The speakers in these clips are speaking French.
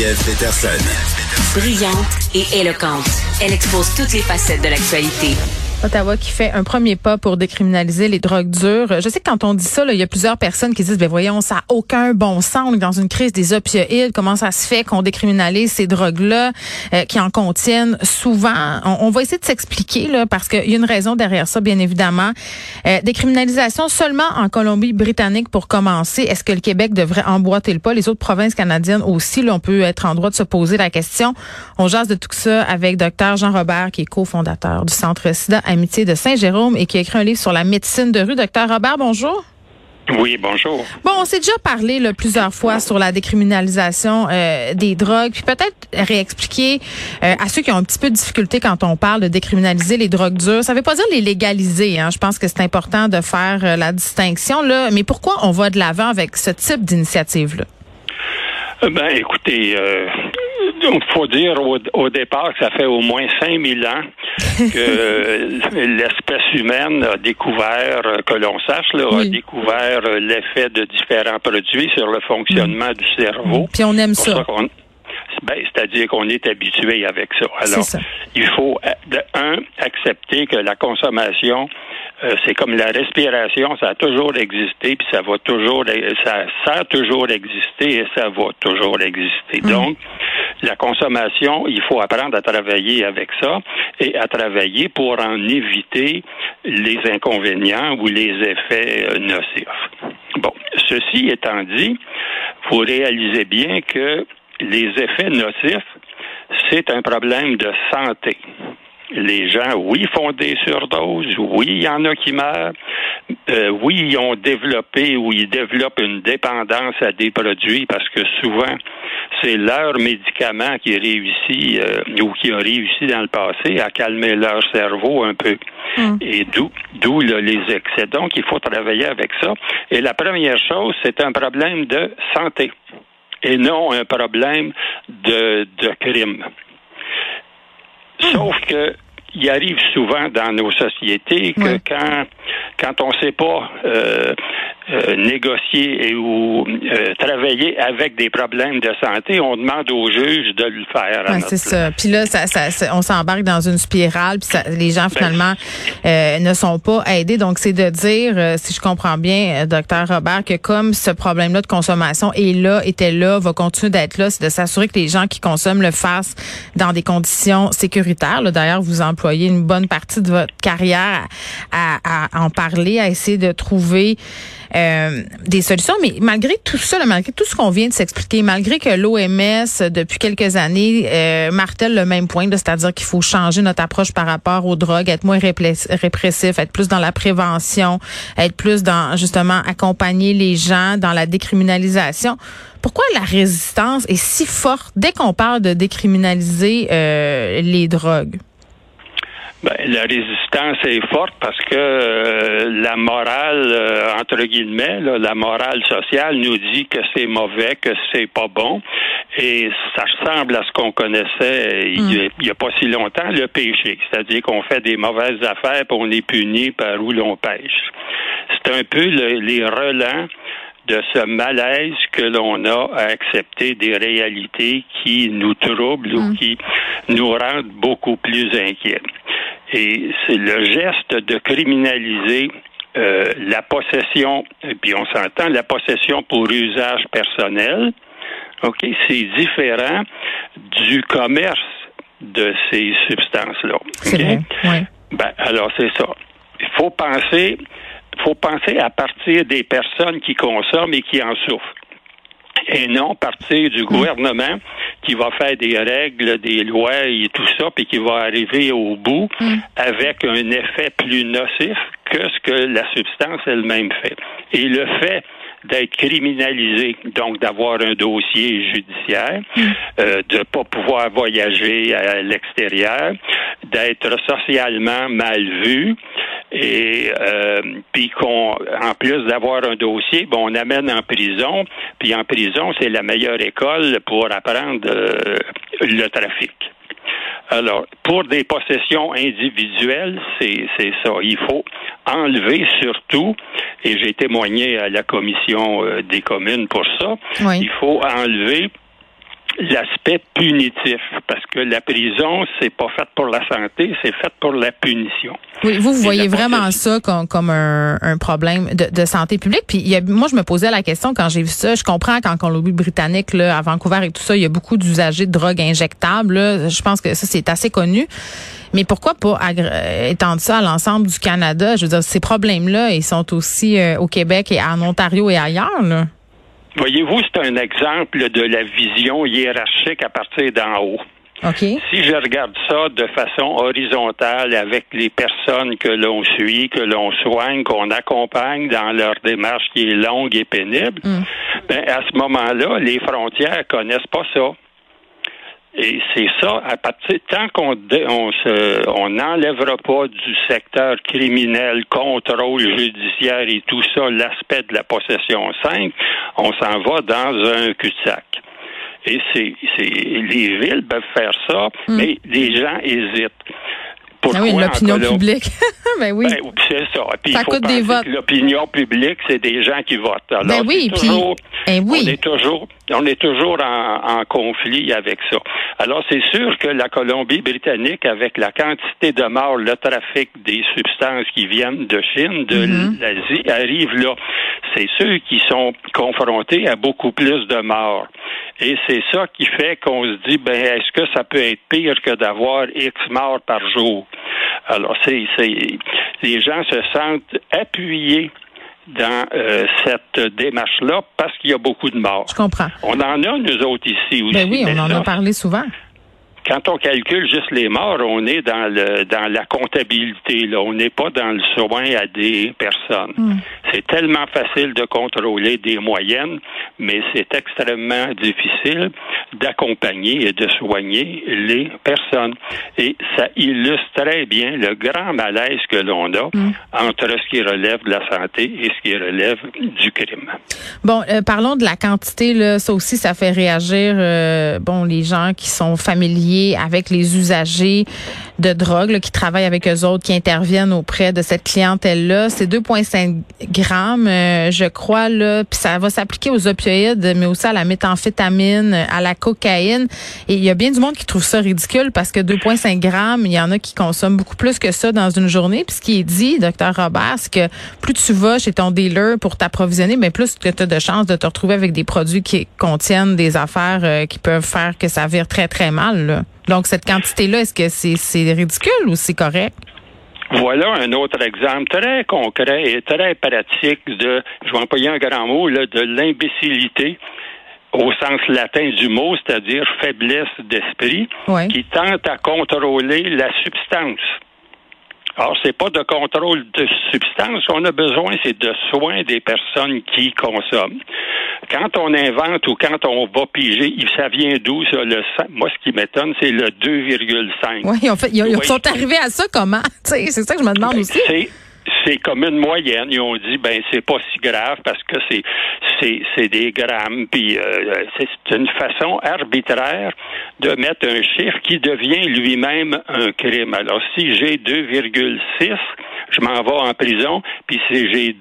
Geneviève Peterson. Brillante et éloquente, elle expose toutes les facettes de l'actualité. Ottawa qui fait un premier pas pour décriminaliser les drogues dures. Je sais que quand on dit ça, il y a plusieurs personnes qui disent, voyons, ça n'a aucun bon sens. On est dans une crise des opioïdes. Comment ça se fait qu'on décriminalise ces drogues-là qui en contiennent souvent? On va essayer de s'expliquer là, parce qu'il y a une raison derrière ça, bien évidemment. Décriminalisation seulement en Colombie-Britannique pour commencer. Est-ce que le Québec devrait emboîter le pas? Les autres provinces canadiennes aussi, là, on peut être en droit de se poser la question. On jase de tout ça avec Dr Jean Robert, qui est cofondateur du Centre SIDA Amitié de Saint-Jérôme et qui a écrit un livre sur la médecine de rue. Docteur Robert, bonjour. Oui, bonjour. Bon, on s'est déjà parlé là, plusieurs fois sur la décriminalisation des drogues, puis peut-être réexpliquer à ceux qui ont un petit peu de difficulté quand on parle de décriminaliser les drogues dures. Ça veut pas dire les légaliser, hein. Je pense que c'est important de faire la distinction, là. Mais pourquoi on va de l'avant avec ce type d'initiative-là? Écoutez, il faut dire au départ que ça fait au moins 5000 ans que l'espèce humaine a découvert, que l'on sache, a découvert l'effet de différents produits sur le fonctionnement du cerveau. Puis on aime ça. C'est-à-dire qu'on est habitué avec ça. Alors, il faut, accepter que la consommation, c'est comme la respiration, ça a toujours existé, puis ça a toujours existé et ça va toujours exister. Donc, la consommation, il faut apprendre à travailler avec ça et à travailler pour en éviter les inconvénients ou les effets nocifs. Bon, ceci étant dit, vous réalisez bien que les effets nocifs, c'est un problème de santé. Les gens, oui, font des surdoses, oui, il y en a qui meurent, oui, ils ont développé ou ils développent une dépendance à des produits parce que souvent, c'est leur médicament qui réussit ou qui a réussi dans le passé à calmer leur cerveau un peu. Et d'où les excès. Donc, il faut travailler avec ça. Et la première chose, c'est un problème de santé et non un problème de crime. Sauf que il arrive souvent dans nos sociétés que quand on ne sait pas négocier ou travailler avec des problèmes de santé, on demande aux juges de le faire. C'est ça. Puis là, on s'embarque dans une spirale, puis les gens finalement ne sont pas aidés. Donc, c'est de dire, si je comprends bien, Dr Robert, que comme ce problème-là de consommation était là, va continuer d'être là, c'est de s'assurer que les gens qui consomment le fassent dans des conditions sécuritaires. Là, d'ailleurs, vous employez une bonne partie de votre carrière à en parler, à essayer de trouver des solutions. Mais malgré tout ça, malgré tout ce qu'on vient de s'expliquer, malgré que l'OMS, depuis quelques années, martèle le même point, c'est-à-dire qu'il faut changer notre approche par rapport aux drogues, être moins répressif, être plus dans la prévention, être plus dans, justement, accompagner les gens dans la décriminalisation. Pourquoi la résistance est si forte dès qu'on parle de décriminaliser les drogues? La résistance est forte parce que la morale, entre guillemets, la morale sociale nous dit que c'est mauvais, que c'est pas bon. Et ça ressemble à ce qu'on connaissait il y a pas si longtemps, le péché. C'est-à-dire qu'on fait des mauvaises affaires et on est puni par où l'on pêche. C'est un peu les relents de ce malaise que l'on a à accepter des réalités qui nous troublent ou qui nous rendent beaucoup plus inquiets. Et c'est le geste de criminaliser la possession, et puis on s'entend, la possession pour usage personnel, c'est différent du commerce de ces substances-là. C'est vrai, oui. Alors c'est ça. Il faut penser à partir des personnes qui consomment et qui en souffrent. Et non partir du gouvernement qui va faire des règles, des lois et tout ça, puis qui va arriver au bout avec un effet plus nocif que ce que la substance elle-même fait. Et le fait d'être criminalisé, donc d'avoir un dossier judiciaire, de pas pouvoir voyager à l'extérieur, d'être socialement mal vu, et puis qu'on, en plus d'avoir un dossier, on amène en prison, puis en prison, c'est la meilleure école pour apprendre le trafic. Alors, pour des possessions individuelles, c'est ça. Il faut enlever surtout, et j'ai témoigné à la commission des communes pour ça, il faut enlever l'aspect punitif, parce que la prison, c'est pas fait pour la santé, c'est fait pour la punition. Oui, vous voyez vraiment ça comme un problème de santé publique. Puis moi, je me posais la question quand j'ai vu ça. Je comprends qu'en Colombie-Britannique, là, à Vancouver et tout ça, il y a beaucoup d'usagers de drogues injectables. Là. Je pense que ça, c'est assez connu. Mais pourquoi pas étendre ça à l'ensemble du Canada? Je veux dire, ces problèmes-là, ils sont aussi au Québec et en Ontario et ailleurs, là. Voyez-vous, c'est un exemple de la vision hiérarchique à partir d'en haut. Okay. Si je regarde ça de façon horizontale avec les personnes que l'on suit, que l'on soigne, qu'on accompagne dans leur démarche qui est longue et pénible, ben à ce moment-là, les frontières connaissent pas ça. Et c'est ça, à partir tant qu'on n'enlèvera pas du secteur criminel, contrôle judiciaire et tout ça, l'aspect de la possession simple, on s'en va dans un cul-de-sac. Et les villes peuvent faire ça, mais les gens hésitent. Pourquoi, oui, l'opinion publique. Ben oui. Ben, c'est ça. Puis, ça coûte des votes. L'opinion publique, c'est des gens qui votent. Alors, ben oui, on est toujours en conflit avec ça. Alors, c'est sûr que la Colombie-Britannique, avec la quantité de morts, le trafic des substances qui viennent de Chine, de l'Asie, arrive là. C'est ceux qui sont confrontés à beaucoup plus de morts. Et c'est ça qui fait qu'on se dit, ben, est-ce que ça peut être pire que d'avoir X morts par jour? Alors, les gens se sentent appuyés dans cette démarche-là parce qu'il y a beaucoup de morts. Je comprends. On en a, nous autres, ici aussi. Ben oui, on en a parlé souvent. Quand on calcule juste les morts, on est dans la comptabilité, là. On n'est pas dans le soin à des personnes. C'est tellement facile de contrôler des moyennes, mais c'est extrêmement difficile d'accompagner et de soigner les personnes. Et ça illustre très bien le grand malaise que l'on a entre ce qui relève de la santé et ce qui relève du crime. Bon, parlons de la quantité, là. Ça aussi, ça fait réagir les gens qui sont familiers avec les usagers de drogue, là, qui travaillent avec eux autres, qui interviennent auprès de cette clientèle-là. C'est 2,5 grammes, je crois, là, puis ça va s'appliquer aux opioïdes, mais aussi à la méthamphétamine, à la cocaïne. Et il y a bien du monde qui trouve ça ridicule parce que 2,5 grammes, il y en a qui consomment beaucoup plus que ça dans une journée. Puis ce qui est dit, Dr Robert, c'est que plus tu vas chez ton dealer pour t'approvisionner, mais plus que tu as de chances de te retrouver avec des produits qui contiennent des affaires qui peuvent faire que ça vire très, très mal, là. Donc, cette quantité-là, est-ce que c'est ridicule ou c'est correct? Voilà un autre exemple très concret et très pratique je vais employer un grand mot, là, de l'imbécilité au sens latin du mot, c'est-à-dire faiblesse d'esprit, qui tente à contrôler la substance. Alors, c'est pas de contrôle de substance qu'on a besoin, c'est de soins des personnes qui consomment. Quand on invente ou quand on va piger, ça vient d'où, ça? Moi, ce qui m'étonne, c'est le 2,5. Oui, ils sont arrivés à ça comment? C'est ça que je me demande aussi. C'est comme une moyenne. Ils ont dit, c'est pas si grave parce que c'est des grammes. Puis c'est une façon arbitraire de mettre un chiffre qui devient lui-même un crime. Alors, si j'ai 2,6, je m'en vais en prison. Puis si j'ai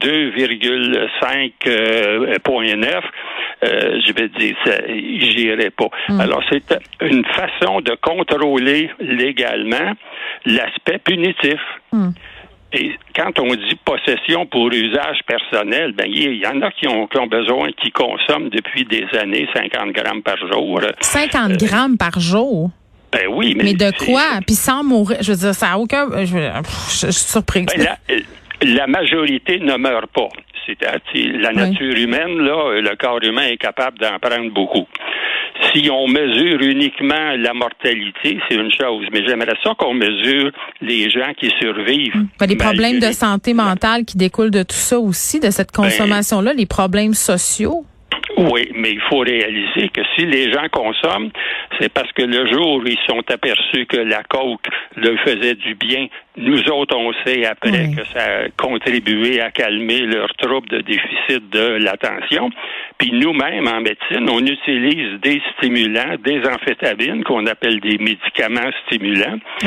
2,5.9, je vais dire, j'irai pas. Alors, c'est une façon de contrôler légalement l'aspect punitif. Et quand on dit possession pour usage personnel, il y en a qui ont besoin, qui consomment depuis des années 50 grammes par jour. 50 grammes par jour? Ben oui, mais de quoi? Puis sans mourir, je veux dire, ça n'a aucun... Je suis surprise. La majorité ne meurt pas. La nature humaine, là, le corps humain est capable d'en prendre beaucoup. Si on mesure uniquement la mortalité, c'est une chose, mais j'aimerais ça qu'on mesure les gens qui survivent. Les problèmes de santé mentale qui découlent de tout ça aussi, de cette consommation-là, les problèmes sociaux. Oui, mais il faut réaliser que si les gens consomment, c'est parce que le jour où ils sont aperçus que la coke leur faisait du bien, nous autres, on sait après que ça a contribué à calmer leurs troubles de déficit de l'attention. Puis nous-mêmes, en médecine, on utilise des stimulants, des amphétamines, qu'on appelle des médicaments stimulants,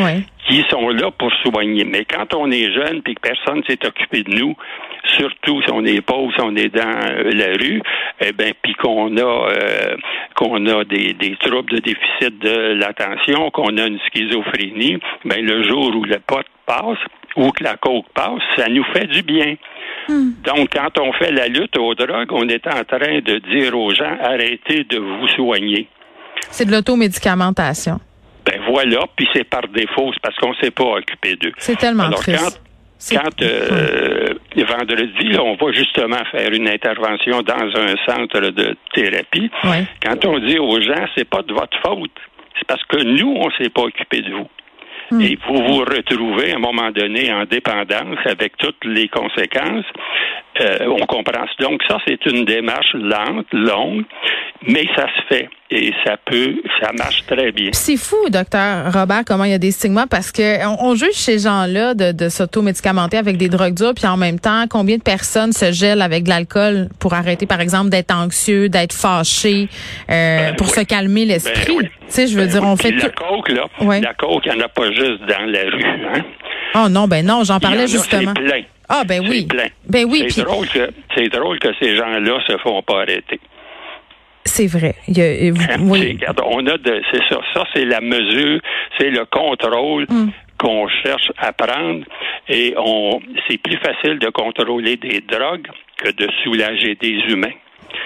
qui sont là pour soigner. Mais quand on est jeune puis que personne s'est occupé de nous, surtout si on est pauvre, si on est dans la rue, puis qu'on a des troubles de déficit de l'attention, qu'on a une schizophrénie, le jour où le pot passe ou que la coke passe, ça nous fait du bien. Donc, quand on fait la lutte aux drogues, on est en train de dire aux gens, arrêtez de vous soigner. C'est de l'automédicamentation. Voilà, puis c'est par défaut, c'est parce qu'on ne s'est pas occupé d'eux. C'est tellement triste. Quand vendredi, là, on va justement faire une intervention dans un centre de thérapie, quand on dit aux gens, c'est pas de votre faute, c'est parce que nous, on ne s'est pas occupé de vous. Et vous vous retrouvez à un moment donné en dépendance avec toutes les conséquences. On comprend. Donc ça, c'est une démarche lente, longue, mais ça se fait et ça marche très bien. C'est fou, docteur Robert, comment il y a des stigmas parce que on juge ces gens-là de s'automédicamenter avec des drogues dures, puis en même temps, combien de personnes se gèlent avec de l'alcool pour arrêter, par exemple, d'être anxieux, d'être fâché, pour se calmer l'esprit. Tu sais, je veux dire, on fait tout. La coke, là, la coke, il n'y en a pas juste dans la rue, hein? Oh non, non, j'en parlais justement. C'est plein. Ah, oui. C'est plein. Oui. C'est drôle que ces gens-là se font pas arrêter. C'est vrai. Regarde, c'est ça. Ça, c'est la mesure, c'est le contrôle qu'on cherche à prendre. Et c'est plus facile de contrôler des drogues que de soulager des humains.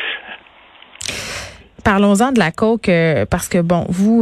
Parlons-en de la coke parce que vous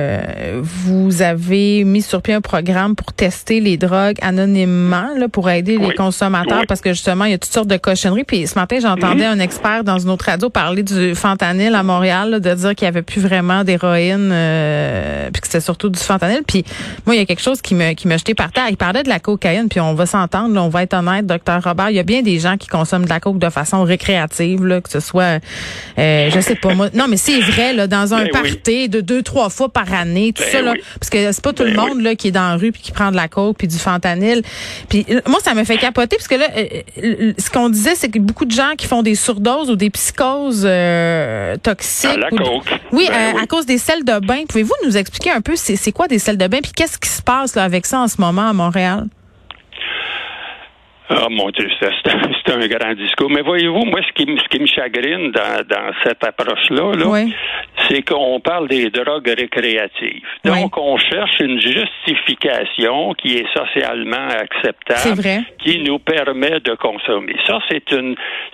avez mis sur pied un programme pour tester les drogues anonymement là, pour aider les consommateurs parce que justement il y a toutes sortes de cochonneries. Puis ce matin j'entendais un expert dans une autre radio parler du fentanyl à Montréal, là, de dire qu'il y avait plus vraiment d'héroïne puis que c'était surtout du fentanyl. Puis moi il y a quelque chose qui m'a jeté par terre. Il parlait de la cocaïne puis on va s'entendre, là, on va être honnête, docteur Robert. Il y a bien des gens qui consomment de la coke de façon récréative, là, que ce soit je sais pas moi. Non, mais c'est vrai, là, dans un party de 2-3 fois par année, tout ça, là, parce que c'est pas tout le monde là qui est dans la rue puis qui prend de la coke puis du fentanyl. Puis moi, ça me fait capoter parce que là, ce qu'on disait, c'est que beaucoup de gens qui font des surdoses ou des psychoses toxiques. La coke. À cause des sels de bain. Pouvez-vous nous expliquer un peu c'est quoi des sels de bain puis qu'est-ce qui se passe là avec ça en ce moment à Montréal? Ah, mon Dieu, c'est un grand discours. Mais voyez-vous, moi, ce qui me chagrine dans cette approche-là, c'est qu'on parle des drogues récréatives. Donc, on cherche une justification qui est socialement acceptable, qui nous permet de consommer. Ça, c'est une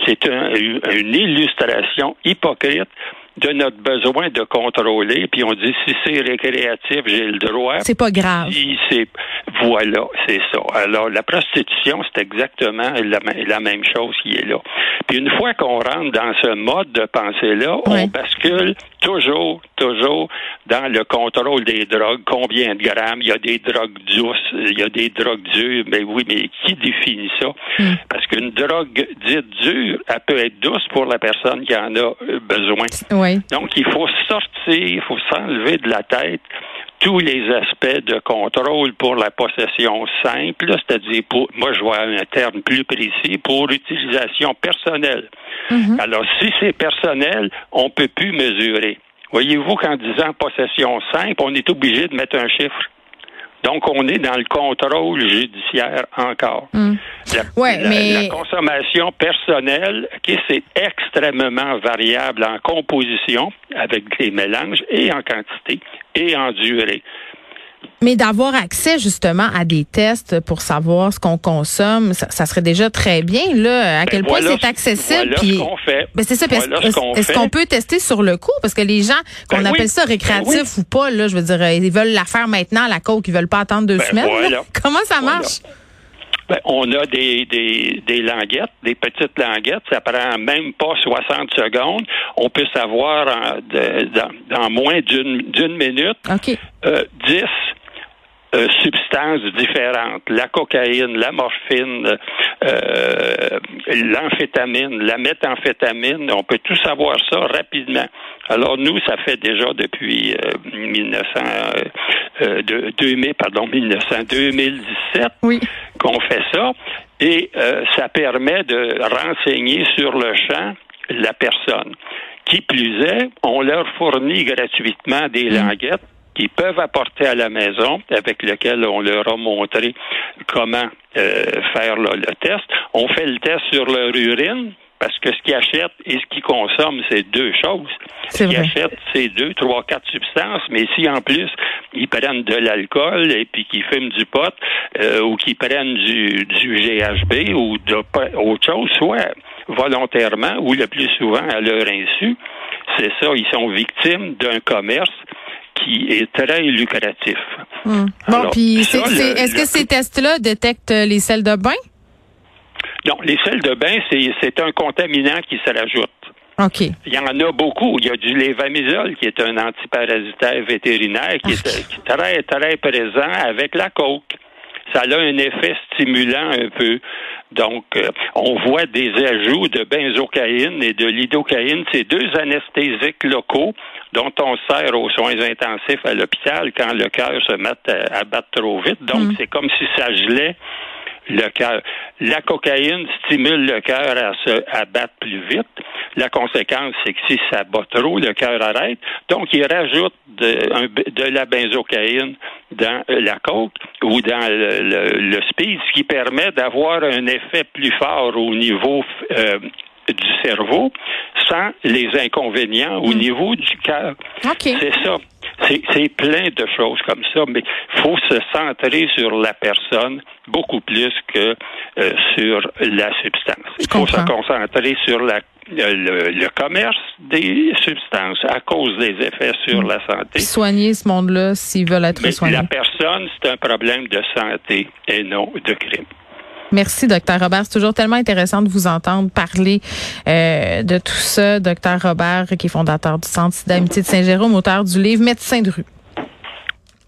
illustration hypocrite de notre besoin de contrôler, puis on dit si c'est récréatif, j'ai le droit. C'est pas grave. Voilà, c'est ça. Alors, la prostitution, c'est exactement la même chose qui est là. Puis une fois qu'on rentre dans ce mode de pensée-là, on bascule toujours dans le contrôle des drogues. Combien de grammes? Il y a des drogues douces, il y a des drogues dures. Mais qui définit ça? Parce qu'une drogue dite dure, elle peut être douce pour la personne qui en a besoin. Donc, il faut il faut s'enlever de la tête tous les aspects de contrôle pour la possession simple, c'est-à-dire moi je vois un terme plus précis, pour utilisation personnelle. Alors, si c'est personnel, on peut plus mesurer. Voyez-vous qu'en disant possession simple, on est obligé de mettre un chiffre. Donc, on est dans le contrôle judiciaire encore. La consommation personnelle, c'est extrêmement variable en composition, avec des mélanges, et en quantité, et en durée. Mais d'avoir accès justement à des tests pour savoir ce qu'on consomme, ça serait déjà très bien. Là, à quel point c'est accessible. Voilà ce qu'on fait. C'est ça. Est-ce qu'on peut tester sur le coup? Parce que les gens, qu'on appelle ça récréatif ou pas, là, je veux dire, ils veulent la faire maintenant, la coke, ils veulent pas attendre 2 semaines. Comment ça marche? On a des languettes, des petites languettes. Ça prend même pas 60 secondes. On peut savoir dans moins d'une minute 10 substances différentes. La cocaïne, la morphine, l'amphétamine, la méthamphétamine. On peut tout savoir ça rapidement. Alors nous, ça fait déjà depuis 2017 qu'on fait ça. Et ça permet de renseigner sur le champ la personne. Qui plus est, on leur fournit gratuitement des languettes qu'ils peuvent apporter à la maison, avec lequel on leur a montré comment faire là, le test. On fait le test sur leur urine, parce que ce qu'ils achètent et ce qu'ils consomment, c'est deux choses. Ce qu'ils achètent, c'est 2, 3, 4 substances, mais si en plus, ils prennent de l'alcool et puis qu'ils fument du pot ou qu'ils prennent du GHB ou autre chose, soit volontairement ou le plus souvent à leur insu, c'est ça, ils sont victimes d'un commerce qui est très lucratif. Bon, puis est-ce que ces tests-là détectent les sels de bain? Non, les sels de bain, c'est un contaminant qui se rajoute. OK. Il y en a beaucoup. Il y a du lévamisole, qui est un antiparasitaire vétérinaire, qui est très, très présent avec la coke. Ça a un effet stimulant un peu. Donc, on voit des ajouts de benzocaïne et de lidocaïne. C'est deux anesthésiques locaux dont on sert aux soins intensifs à l'hôpital quand le cœur se met à battre trop vite. Donc, c'est comme si ça gelait le cœur. La cocaïne stimule le cœur à battre plus vite. La conséquence, c'est que si ça bat trop, le cœur arrête. Donc, il rajoute de la benzocaïne dans la coke ou dans le speed, ce qui permet d'avoir un effet plus fort au niveau du cerveau sans les inconvénients au niveau du cœur. Okay. C'est ça. C'est plein de choses comme ça, mais il faut se centrer sur la personne beaucoup plus que sur la substance. Il faut se concentrer sur le commerce des substances à cause des effets sur la santé. Soigner ce monde-là s'ils veulent être soignés. La personne, c'est un problème de santé et non de crime. Merci, Dr. Robert. C'est toujours tellement intéressant de vous entendre parler de tout ça. Dr. Robert, qui est fondateur du Centre d'amitié de Saint-Jérôme, auteur du livre Médecin de rue.